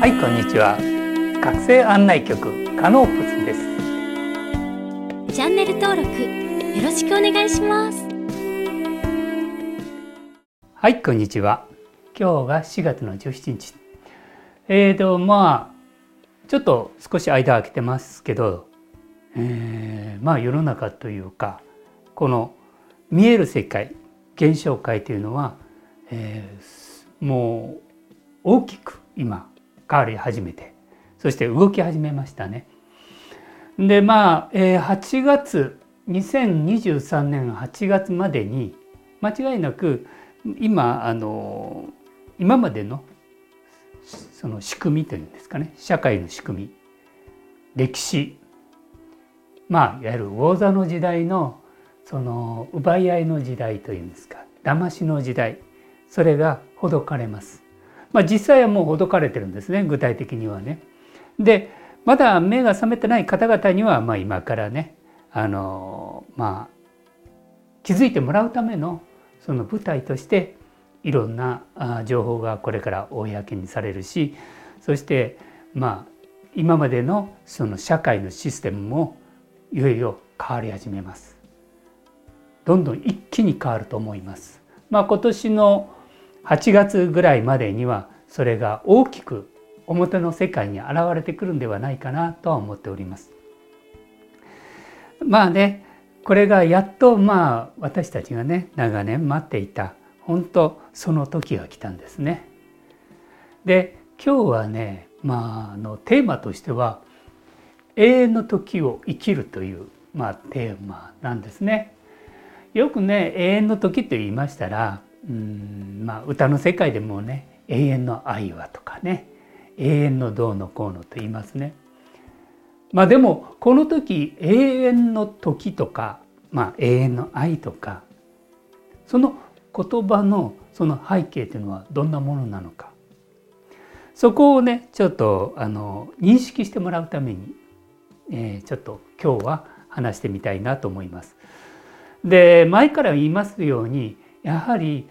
はい、こんにちは。学生案内局カノープスです。 チャンネル登録よろしくお願いします。 はい、こんにちは。今日が4月の17日。ちょっと少し間空けてますけど、世の中というか、この見える世界、現象界というのは、もう大きく今変わり始めて、そして動き始めましたね。で8月2023年8月までに間違いなく今までのその仕組みというんですかね、社会の仕組み、歴史、いわゆる魚座の時代のその奪い合いの時代というんですか、騙しの時代、それがほどかれます。実際はもうほどかれてるんですね、具体的にはね。でまだ目が覚めてない方々には今からね気づいてもらうためのその舞台としていろんな情報がこれから公にされるし、そして今までのその社会のシステムもいよいよ変わり始めます。どんどん一気に変わると思います。今年の8月ぐらいまでにはそれが大きく表の世界に現れてくるんではないかなとは思っております。これがやっと私たちがね長年待っていた本当その時が来たんですね。で今日はね、テーマとしては永遠の時を生きるというテーマなんですね。よくね永遠の時と言いましたら歌の世界でもね永遠の愛はとかね、永遠のどうのこうのと言いますね。でもこの時永遠の時とか、永遠の愛とか、その言葉のその背景というのはどんなものなのか、そこをねちょっと認識してもらうために、ちょっと今日は話してみたいなと思います。で前から言いますようにやはり、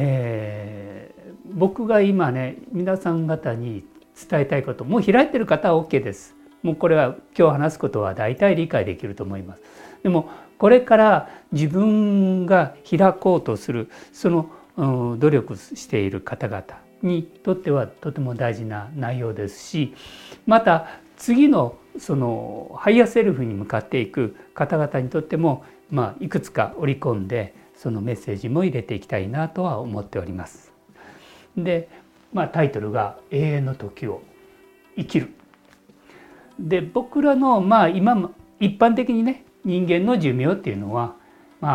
僕が今ね皆さん方に伝えたいこと、もう開いてる方は OK です。もうこれは今日話すことは大体理解できると思います。でもこれから自分が開こうとするその努力している方々にとってはとても大事な内容ですし、また次のそのハイヤーセルフに向かっていく方々にとってもいくつか織り込んでそのメッセージも入れていきたいなとは思っております。で、タイトルが永遠の時を生きる。で僕らの今一般的にね人間の寿命っていうのは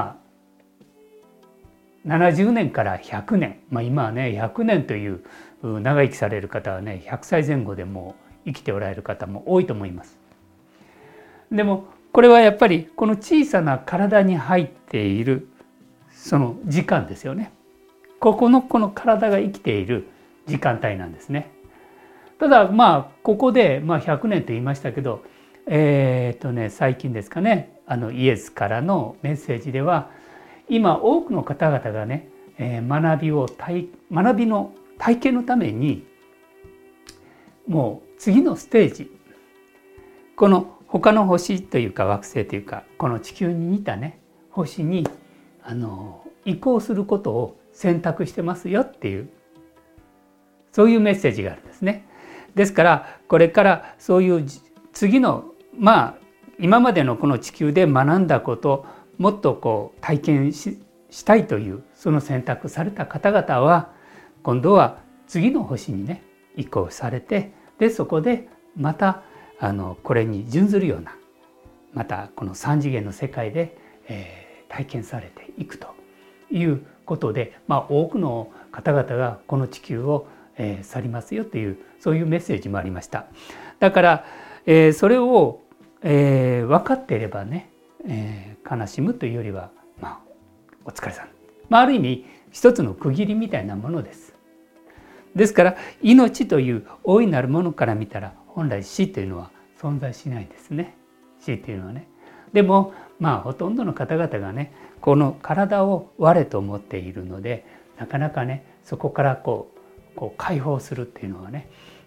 70年から100年、今はね100年という長生きされる方はね100歳前後でも生きておられる方も多いと思います。でもこれはやっぱりこの小さな体に入っているその時間ですよね。この体が生きている時間帯なんですね。ただここで100年と言いましたけど、最近ですかねイエスからのメッセージでは今多くの方々がね学びの体験のためにもう次のステージ、この他の星というか惑星というかこの地球に似たね星に移行することを選択してますよっていう、そういうメッセージがあるんですね。ですからこれからそういう次の今までのこの地球で学んだこともっと体験したいというその選択された方々は今度は次の星にね移行されて、でそこでまたこれに準ずるようなまたこの3次元の世界で、体験されていくということで、多くの方々がこの地球を、去りますよというそういうメッセージもありました。だから、それを、分かっていればね、悲しむというよりは、お疲れさん、ある意味一つの区切りみたいなものです。ですから命という大いなるものから見たら本来死というのは存在しないですね。死というのはね。でもほとんどの方々がねこの体を我と思っているので、なかなかねそこから解放するっていうのはね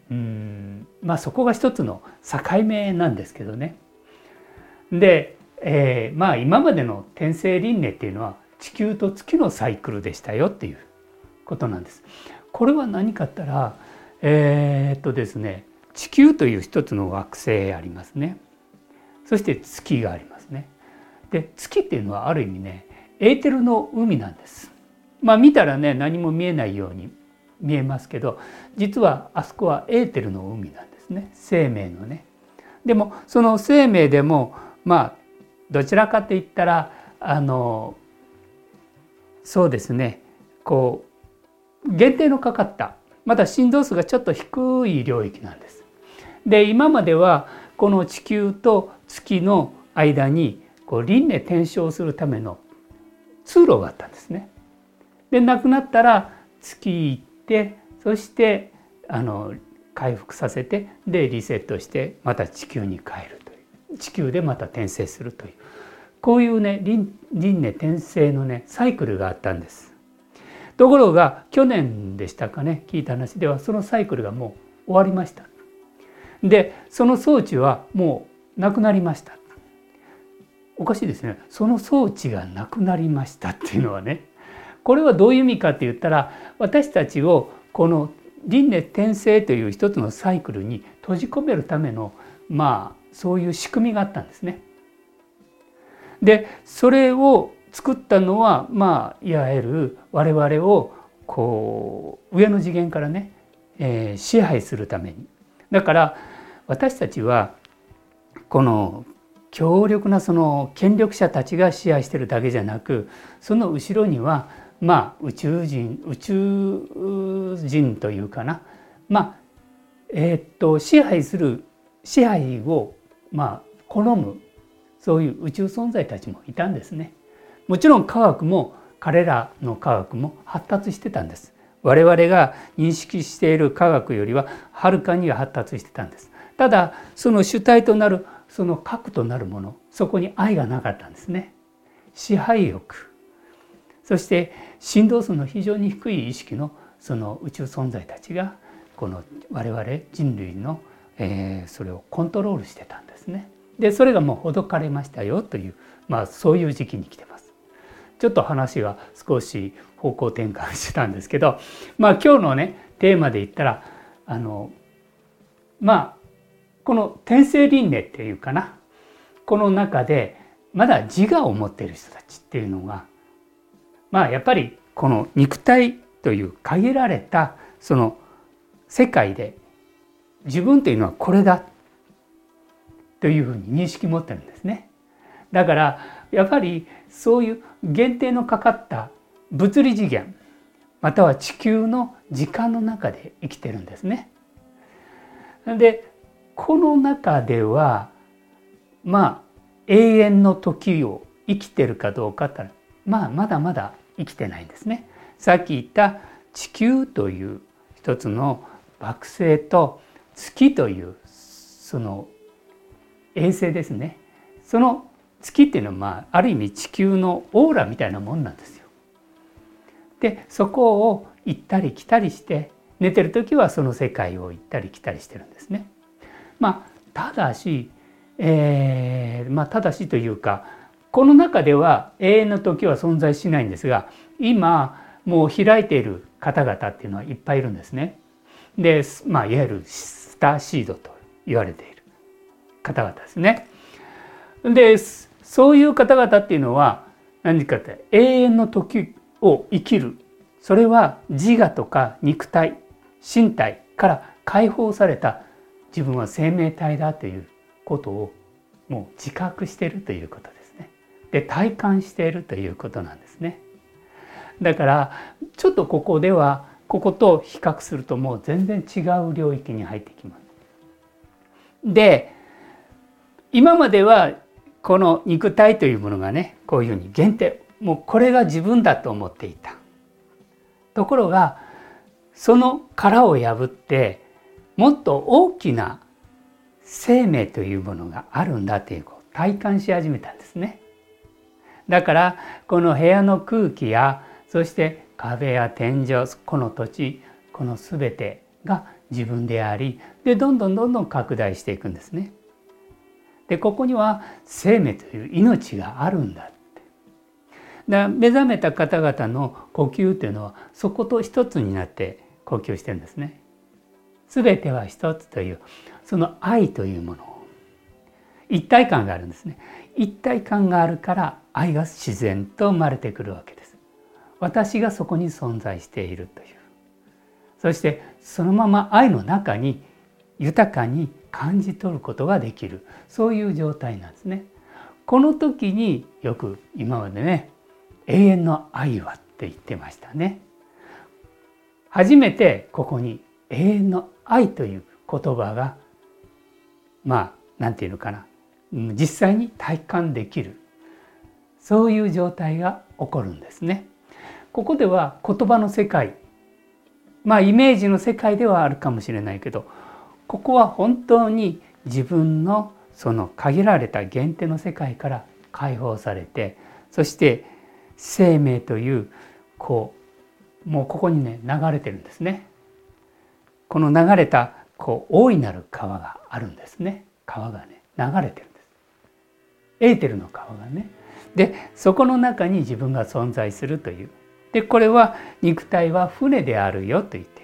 そこが一つの境目なんですけどね。で、今までの天星輪廻っていうのは地球と月のサイクルでしたよっていうことなんです。これは何かって言ったらですね、地球という一つの惑星ありますね。そして月がありますね。で、月っていうのはある意味ね、エーテルの海なんです。見たらね、何も見えないように見えますけど、実はあそこはエーテルの海なんですね。生命のね。でもその生命でもどちらかといったらそうですね、限定のかかったまだ振動数がちょっと低い領域なんです。で、今まではこの地球と月の間に輪廻転生するための通路があったんですね。で、なくなったら月行って、そして回復させて、でリセットしてまた地球に帰るという、地球でまた転生するという、こういうね輪廻転生のねサイクルがあったんです。ところが去年でしたかね、聞いた話ではそのサイクルがもう終わりました。で、その装置はもうなくなりました。おかしいですね。その装置がなくなりましたっていうのはね、これはどういう意味かって言ったら、私たちをこの輪廻転生という一つのサイクルに閉じ込めるためのそういう仕組みがあったんですね。で、それを作ったのはいわゆる我々を上の次元からね、支配するために。だから私たちはこの強力なその権力者たちが支配しているだけじゃなく、その後ろには宇宙人というかな、支配を好むそういう宇宙存在たちもいたんですね。もちろん彼らの科学も発達してたんです。我々が認識している科学よりははるかに発達してたんです。ただその主体となるその核となるもの、そこに愛がなかったんですね。支配欲、そして振動数の非常に低い意識のその宇宙存在たちがこの我々人類の、それをコントロールしてたんですね。で、それがもうほどかれましたよという、そういう時期に来てます。ちょっと話が少し方向転換してたんですけど、今日のねテーマで言ったらこの天星輪廻っていうかな、この中でまだ自我を持っている人たちっていうのがやっぱりこの肉体という限られたその世界で自分というのはこれだというふうに認識持ってるんですね。だからやっぱりそういう限定のかかった物理次元または地球の時間の中で生きてるんですね。で、この中では永遠の時を生きてるかどうかってまだまだ生きてないんですね。さっき言った地球という一つの惑星と月というその衛星ですね。その月っていうのはある意味地球のオーラみたいなもんなんですよ。で、そこを行ったり来たりして、寝てる時はその世界を行ったり来たりしてるんですね。ただしというか、この中では永遠の時は存在しないんですが、今もう開いている方々っていうのはいっぱいいるんですね。で、いわゆるスターシードと言われている方々ですね。で、そういう方々っていうのは何かって永遠の時を生きる、それは自我とか肉体身体から解放された自分は生命体だということをもう自覚しているということですね。で、体感しているということなんですね。だからちょっとここではここと比較するともう全然違う領域に入ってきます。で、今まではこの肉体というものがね、こういうふうに限定、もうこれが自分だと思っていた。ところがその殻を破ってもっと大きな生命というものがあるんだということを体感し始めたんですね。だからこの部屋の空気や、そして壁や天井、この土地、この全てが自分であり、でどんどん拡大していくんですね。でここには生命という命があるんだって。目覚めた方々の呼吸というのはそこと一つになって呼吸してるんですね。すべては一つというその愛というもの、一体感があるんですね。一体感があるから愛が自然と生まれてくるわけです。私がそこに存在しているという、そしてそのまま愛の中に豊かに感じ取ることができる、そういう状態なんですね。この時によく今までね、永遠の愛はって言ってましたね。初めてここに永遠の愛という言葉がなんていうのかな、実際に体感できる、そういう状態が起こるんですね。ここでは言葉の世界、イメージの世界ではあるかもしれないけど、ここは本当に自分のその限られた限定の世界から解放されて、そして生命というもうここにね流れてるんですね。この流れた大いなる川があるんですね。川がね流れてるんです。エーテルの川がね。でそこの中に自分が存在するという。でこれは肉体は船であるよと言ってい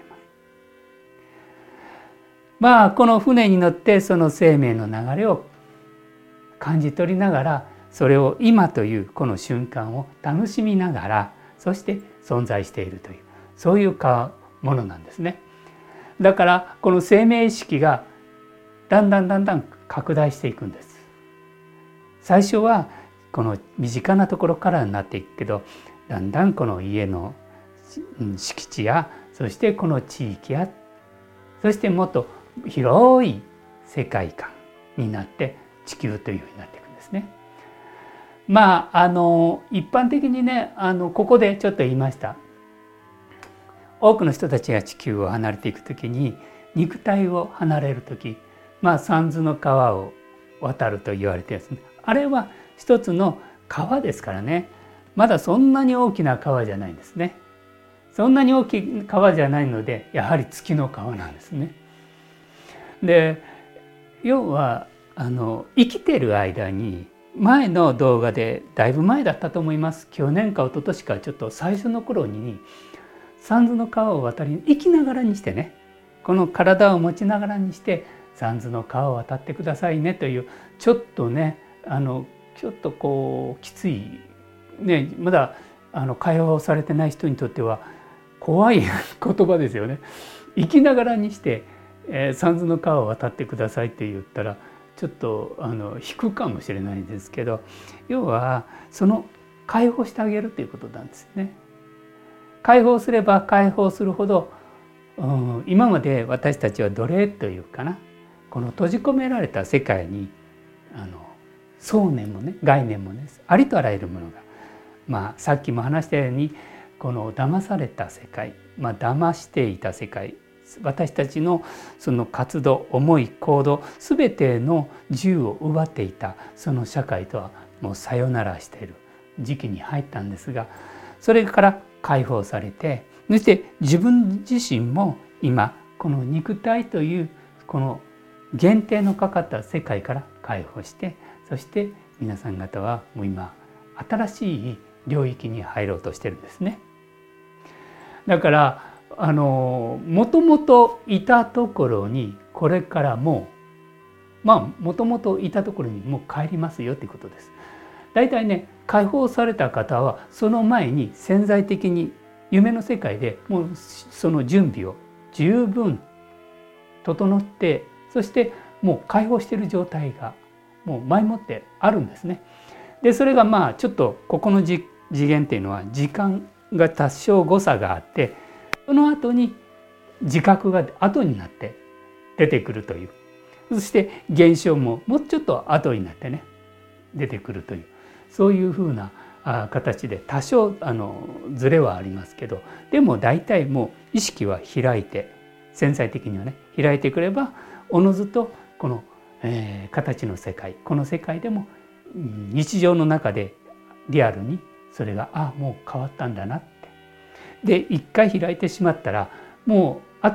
ます。この船に乗ってその生命の流れを感じ取りながら、それを今というこの瞬間を楽しみながら、そして存在しているという、そういうものなんですね。だからこの生命意識がだんだん拡大していくんです。最初はこの身近なところからになっていくけど、だんだんこの家の敷地や、そしてこの地域や、そしてもっと広い世界観になって地球というようになっていくんですね。一般的にね、ここでちょっと言いました。多くの人たちが地球を離れていくときに、肉体を離れるとき、三途の川を渡ると言われているんですね。あれは一つの川ですからね、まだそんなに大きな川じゃないんですね。そんなに大きい川じゃないので、やはり月の川なんですね。で、要は生きてる間に、前の動画でだいぶ前だったと思います。去年か一昨年かちょっと最初の頃に三途の川を渡り、生きながらにしてね、この体を持ちながらにして三途の川を渡ってくださいねという、ちょっとねちょっときついね、まだ会話をされてない人にとっては怖い言葉ですよね。生きながらにして、三途の川を渡ってくださいって言ったらちょっと引くかもしれないんですけど、要はその解放してあげるということなんですね。解放すれば解放するほど、今まで私たちは奴隷というかな、この閉じ込められた世界に想念もね、概念もね、ありとあらゆるものが、さっきも話したようにこの騙された世界、騙していた世界、私たちのその活動、思い、行動、すべての自由を奪っていたその社会とはもうさよならしている時期に入ったんですが、それから解放されて、そして自分自身も今この肉体というこの限定のかかった世界から解放して、そして皆さん方はもう今新しい領域に入ろうとしてるんですね。だからもともといたところにこれからもともといたところにもう帰りますよということです。だいたいね、解放された方はその前に潜在的に夢の世界でもうその準備を十分整って、そしてもう解放している状態がもう前もってあるんですね。でそれがちょっとここの次元っていうのは時間が多少誤差があって、その後に自覚が後になって出てくるという、そして現象ももうちょっと後になってね出てくるという、そういうふうな形で多少ズレはありますけど、でも大体もう意識は開いて、潜在的にはね開いてくれば、おのずとこの、形の世界、この世界でも日常の中でリアルにそれがもう変わったんだなって。で一回開いてしまったらもうあと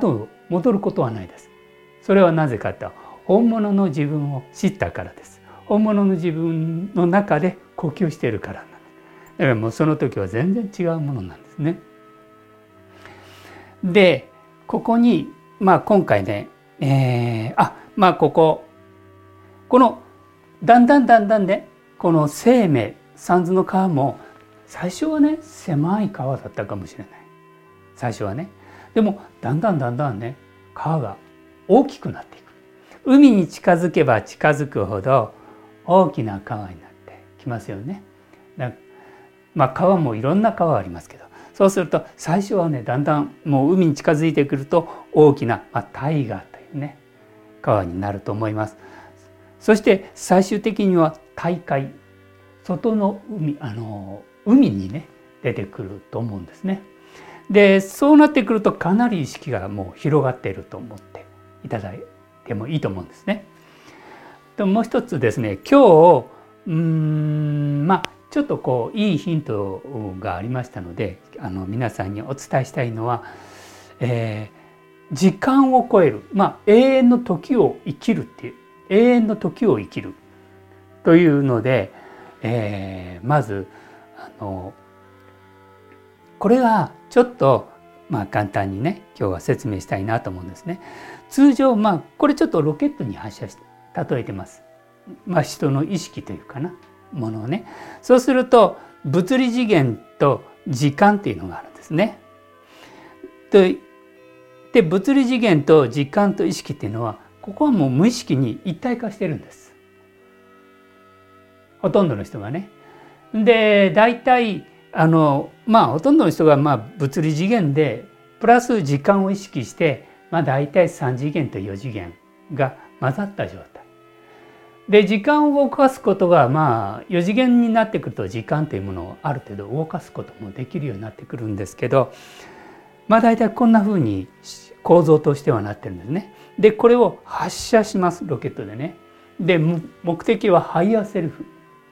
戻ることはないです。それはなぜかと、本物の自分を知ったからです。本物の自分の中で呼吸しているからなんです。だからもうその時は全然違うものなんですね。でここに今回ね、このだんだんね、この生命三途の川も最初はね狭い川だったかもしれない。最初はね。でもだんだんね川が大きくなっていく。海に近づけば近づくほど大きな川になってきますよね。川もいろんな川がありますけど、そうすると最初はねだんだんもう海に近づいてくると大きな、大河というね川になると思います。そして最終的には大海、外の海にね出てくると思うんですね。でそうなってくるとかなり意識がもう広がっていると思っていただいてもいいと思うんですね。でもう一つですね、今日ちょっといいヒントがありましたので皆さんにお伝えしたいのは、時間を超える、永遠の時を生きるっていう、永遠の時を生きるというので、まずこれはちょっと簡単にね今日は説明したいなと思うんですね。通常これちょっとロケットに発射して例えてます。人の意識というかなものをね。そうすると物理次元と時間っていうのがあるんですね。で物理次元と時間と意識っていうのはここはもう無意識に一体化してるんです。ほとんどの人がね。で大体ほとんどの人が物理次元でプラス時間を意識して大体3次元と4次元が混ざった状態で、時間を動かすことが4次元になってくると時間というものをある程度動かすこともできるようになってくるんですけど、大体こんな風に構造としてはなってるんですね。でこれを発射します、ロケットでね。で目的はハイヤーセルフ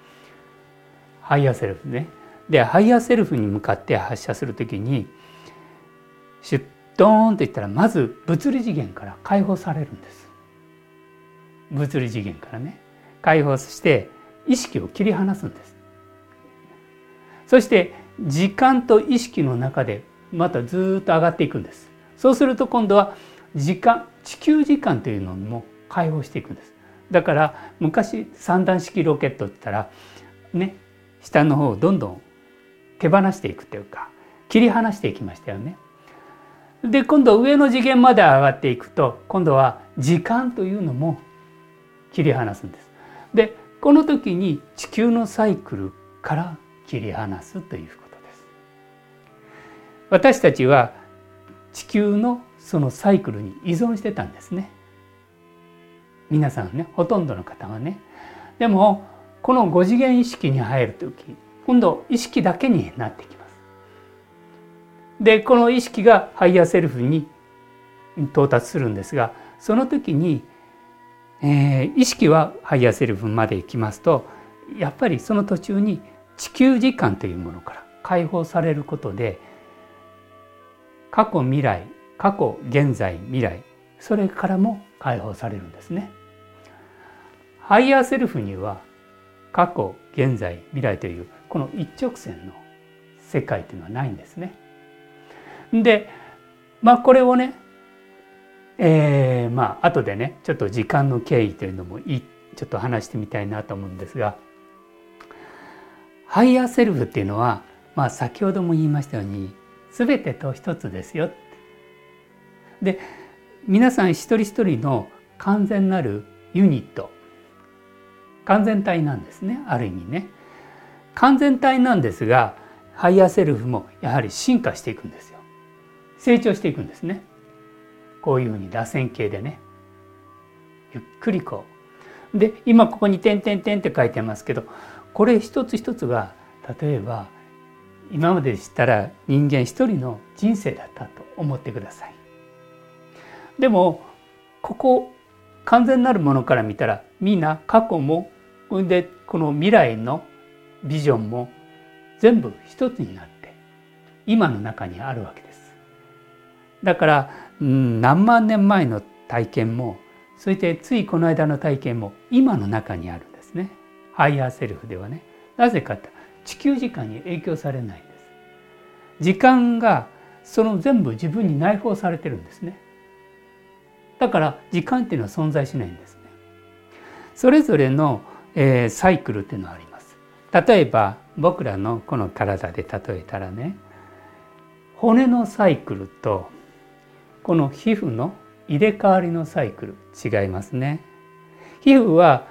ね。でハイヤーセルフに向かって発射するときにシュッドーンといったらまず物理次元から解放されるんです。物理次元からね解放して意識を切り離すんです。そして時間と意識の中でまたずっと上がっていくんです。そうすると今度は地球時間というのも解放していくんです。だから昔3段式ロケットって言ったらね、下の方をどんどん手放していくというか切り離していきましたよね。で今度上の次元まで上がっていくと今度は時間というのも切り離すんです。でこの時に地球のサイクルから切り離すということです。私たちは地球のそのサイクルに依存してたんですね。皆さんね、ほとんどの方はね。でもこの5次元意識に入る時今度意識だけになってきます。でこの意識がハイヤーセルフに到達するんですが、その時に、意識はハイヤーセルフまで行きますとやっぱりその途中に地球時間というものから解放されることで過去未来、過去現在未来、それからも解放されるんですね。ハイヤーセルフには過去現在未来というこの一直線の世界というのはないんですね。でこれをね後でねちょっと時間の経緯というのもちょっと話してみたいなと思うんですが、ハイヤーセルフっていうのは先ほども言いましたように全てと一つですよ。で皆さん一人一人の完全なるユニット、完全体なんですね。ある意味ね完全体なんですが、ハイヤーセルフもやはり進化していくんですよ。成長していくんですね。こういうふうに螺旋形でねゆっくりこうで、今ここに点々点って書いてますけど、これ一つ一つが例えば今まででしたら人間一人の人生だったと思ってください。でもここ完全なるものから見たらみんな過去もでこの未来のビジョンも全部一つになって今の中にあるわけです。だから何万年前の体験も、そしてついこの間の体験も今の中にあるんですね。ハイヤーセルフではね。なぜかって地球時間に影響されないんです。時間がその全部自分に内包されてるんですね。だから時間っていうのは存在しないんですね。それぞれの、サイクルっていうのはあります。例えば僕らのこの体で例えたらね、骨のサイクルとこの皮膚の入れ替わりのサイクル違いますね。皮膚は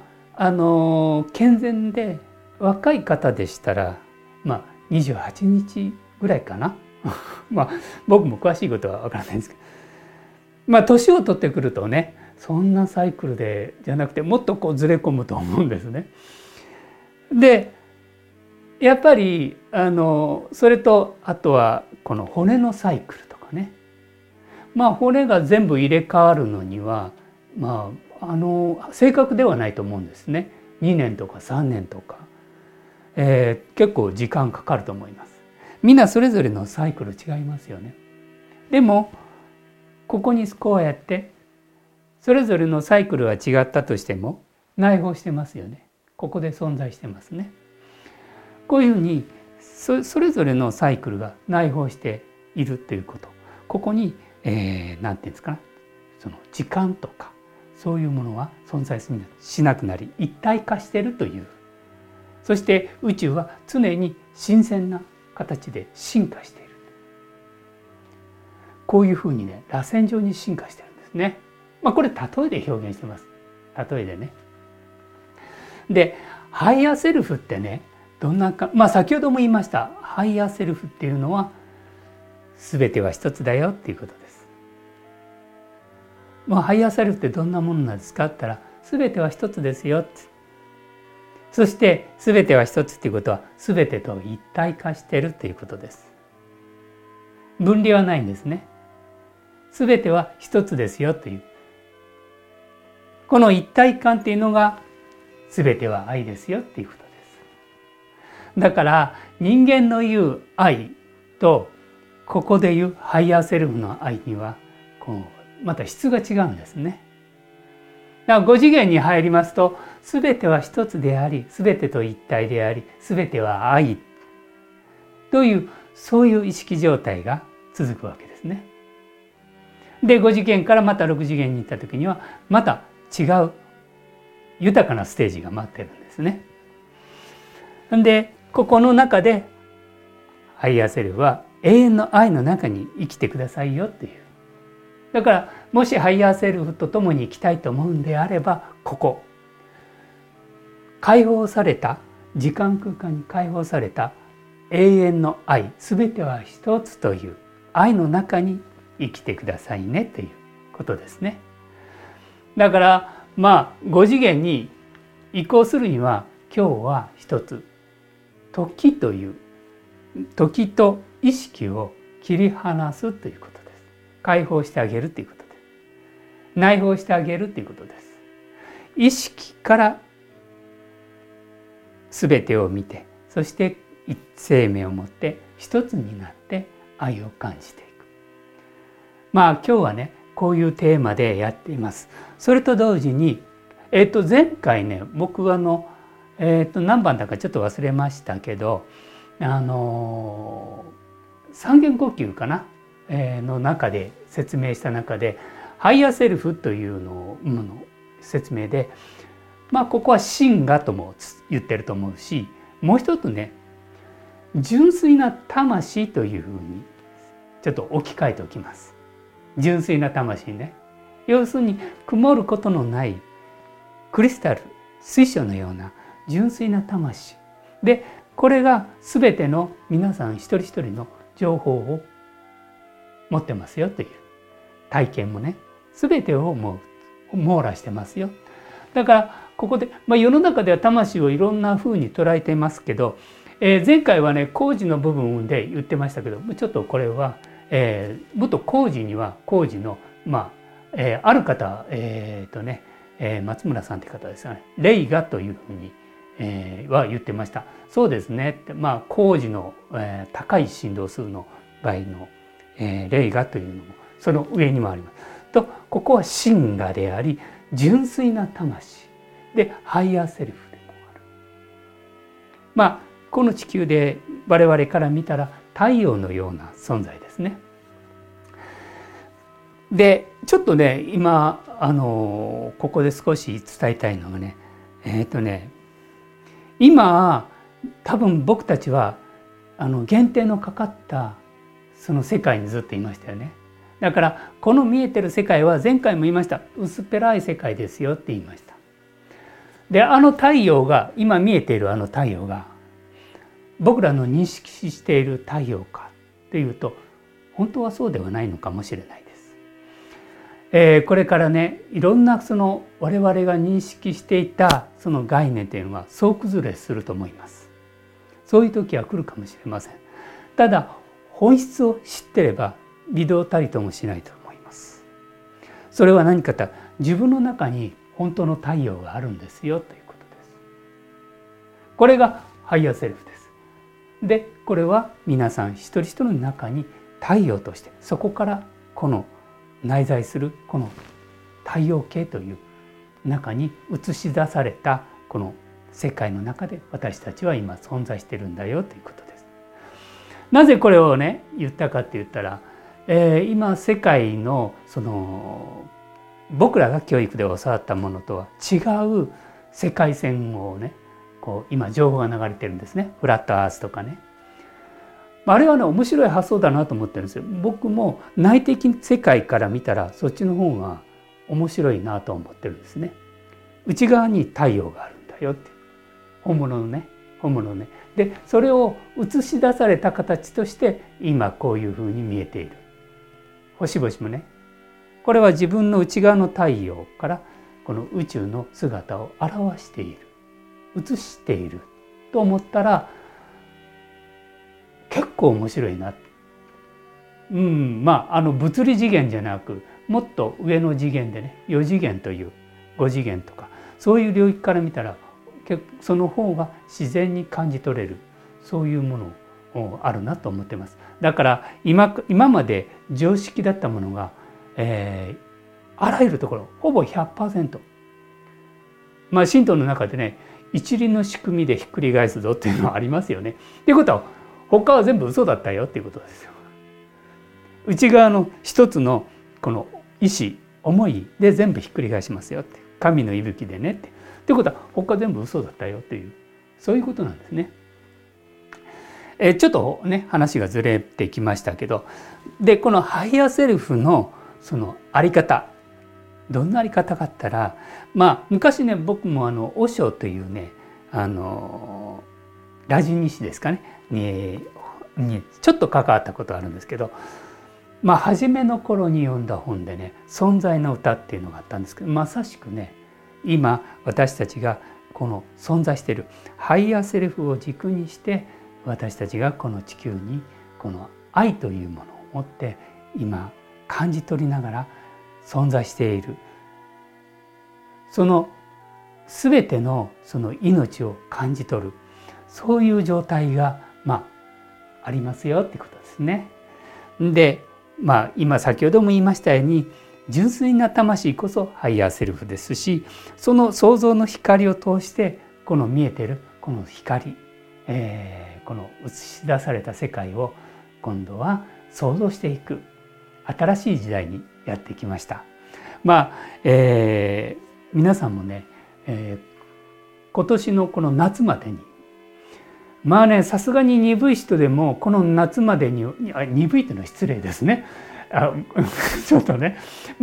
健全で若い方でしたら28日ぐらいかな僕も詳しいことは分からないんですけど、年を取ってくるとね、そんなサイクルでじゃなくてもっとこうずれ込むと思うんですね。でやっぱりそれとあとはこの骨のサイクルとかね、骨が全部入れ替わるのには正確ではないと思うんですね。2年とか3年とか、結構時間かかると思います。みんなそれぞれのサイクル違いますよね。でもここにこうやってそれぞれのサイクルは違ったとしても内包してますよね。ここで存在してますね。こういうふうにそれぞれのサイクルが内包しているということ、ここに何て言うんですかね、その時間とかそういうものは存在しなくなり一体化しているという、そして宇宙は常に新鮮な形で進化している、こういうふうにね螺旋状に進化しているんですね。これ例えで表現してます。例えでね。でハイヤーセルフってね、どんなか先ほども言いました、ハイヤーセルフっていうのは全ては一つだよっていうことです。ハイヤーセルフってどんなものなんですかって言ったら、全ては一つですよって。そして全ては一つっていうことは全てと一体化しているということです。分離はないんですね。全ては一つですよという、この一体感っていうのが全ては愛ですよっていうことです。だから人間の言う愛とここで言うハイヤーセルフの愛にはまた質が違うんですね。だから5次元に入りますと、全ては一つであり、全てと一体であり、全ては愛というそういう意識状態が続くわけですね。で5次元からまた6次元に行った時にはまた違う豊かなステージが待ってるんですね。でここの中でハイヤーセルフは永遠の愛の中に生きてくださいよっていう。だからもしハイヤーセルフと共に生きたいと思うんであれば、ここ解放された時間空間に解放された永遠の愛、全ては一つという愛の中に生きてくださいねということですね。だから5次元に移行するには今日は一つ時という時と意識を切り離すということです。解放してあげるということです。内包してあげるということです。意識から全てを見て、そして一生命を持って一つになって愛を感じていく。今日はねこういうテーマでやっています。それと同時に、前回ね僕は何番だかちょっと忘れましたけど、三元呼吸かな、の中で説明した中でハイヤーセルフというの説明で、ここは真我とも言ってると思うし、もう一つね純粋な魂というふうにちょっと置き換えておきます。純粋な魂ね、要するに曇ることのないクリスタル水晶のような純粋な魂で、これが全ての皆さん一人一人の情報を持ってますよという、体験もね全てをもう網羅してますよ。だからここで、世の中では魂をいろんな風に捉えていますけど、前回はね工事の部分で言ってましたけど、ちょっとこれは、もっと工事には工事のある方松村さんという方ですね、霊がというふうに、は言ってました。そうですねって、工事の、高い振動数の場合の、霊がというのもその上にもありますと、ここは真我であり純粋な魂でハイヤーセルフでもある。この地球で我々から見たら太陽のような存在ですね。でちょっとね今ここで少し伝えたいのがね今多分僕たちは限定のかかったその世界にずっといましたよね。だからこの見えてる世界は前回も言いました、薄っぺらい世界ですよって言いました。で太陽が今見えている太陽が僕らの認識している太陽かというと本当はそうではないのかもしれないです。これからねいろんなその我々が認識していたその概念というのは総崩れすると思います。そういう時は来るかもしれません。ただ本質を知ってれば微動たりともしないと思います。それは何かと自分の中に本当の太陽があるんですよということです。これがハイヤーセルフです。でこれは皆さん一人一人の中に太陽としてそこからこの内在するこの太陽系という中に映し出されたこの世界の中で私たちは今存在しているんだよということです。なぜこれをね言ったかって言ったら、今世界のその僕らが教育で教わったものとは違う世界線をねこう今情報が流れてるんですね。フラットアースとかね。あれはね面白い発想だなと思ってるんですよ。僕も内的世界から見たらそっちの方が面白いなと思ってるんですね。内側に太陽があるんだよって本物のね。でそれを映し出された形として今こういうふうに見えている星々もね、これは自分の内側の太陽からこの宇宙の姿を表している、映していると思ったら結構面白いな。物理次元じゃなくもっと上の次元でね、4次元という5次元とかそういう領域から見たらその方が自然に感じ取れる、そういうものあるなと思ってます。だから今まで常識だったものが、あらゆるところほぼ 100%、神道の中でね一輪の仕組みでひっくり返すぞっていうのはありますよね。っていうことは他は全部嘘だったよっていうことですよ。内側の一つのこの意志思いで全部ひっくり返しますよって、神の息吹でねってということは他全部嘘だったよというそういうことなんですね。ちょっとね話がずれてきましたけど、でこのハイヤーセルフのそのあり方、どんなあり方かったら、昔ね僕も和尚というねラジニ師ですかねにちょっと関わったことあるんですけど、初めの頃に読んだ本でね存在の歌っていうのがあったんですけど、まさしくね今私たちがこの存在しているハイヤーセルフを軸にして私たちがこの地球にこの愛というものを持って今感じ取りながら存在している、その全てのその命を感じ取る、そういう状態がありますよってことですね。で今先ほども言いましたように純粋な魂こそハイヤーセルフですし、その創造の光を通してこの見えているこの光、この映し出された世界を今度は創造していく新しい時代にやってきました。皆さんもね、今年のこの夏までにさすがに鈍い人でもこの夏までに鈍いというのは失礼ですね。ちょっとね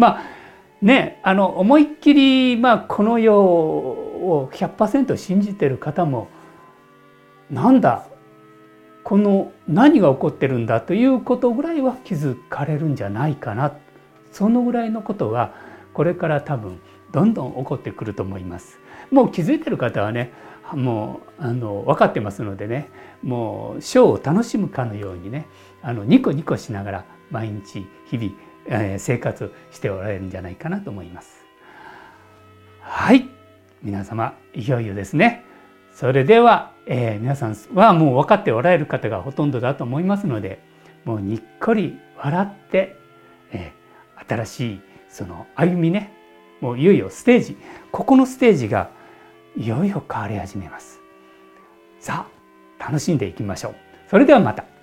思いっきりこの世を 100% 信じてる方もなんだこの何が起こってるんだということぐらいは気づかれるんじゃないかな。そのぐらいのことはこれから多分どんどん起こってくると思います。もう気づいてる方はねもう分かってますのでね、もうショーを楽しむかのようにねニコニコしながら毎日日々、生活しておられるんじゃないかなと思います。はい、皆様いよいよですね。それでは、皆さんはもう分かっておられる方がほとんどだと思いますので、もうにっこり笑って、 新しいその歩みね、もういよいよステージ、ここのステージがいよいよ変わり始めます。さあ楽しんでいきましょう。それではまた。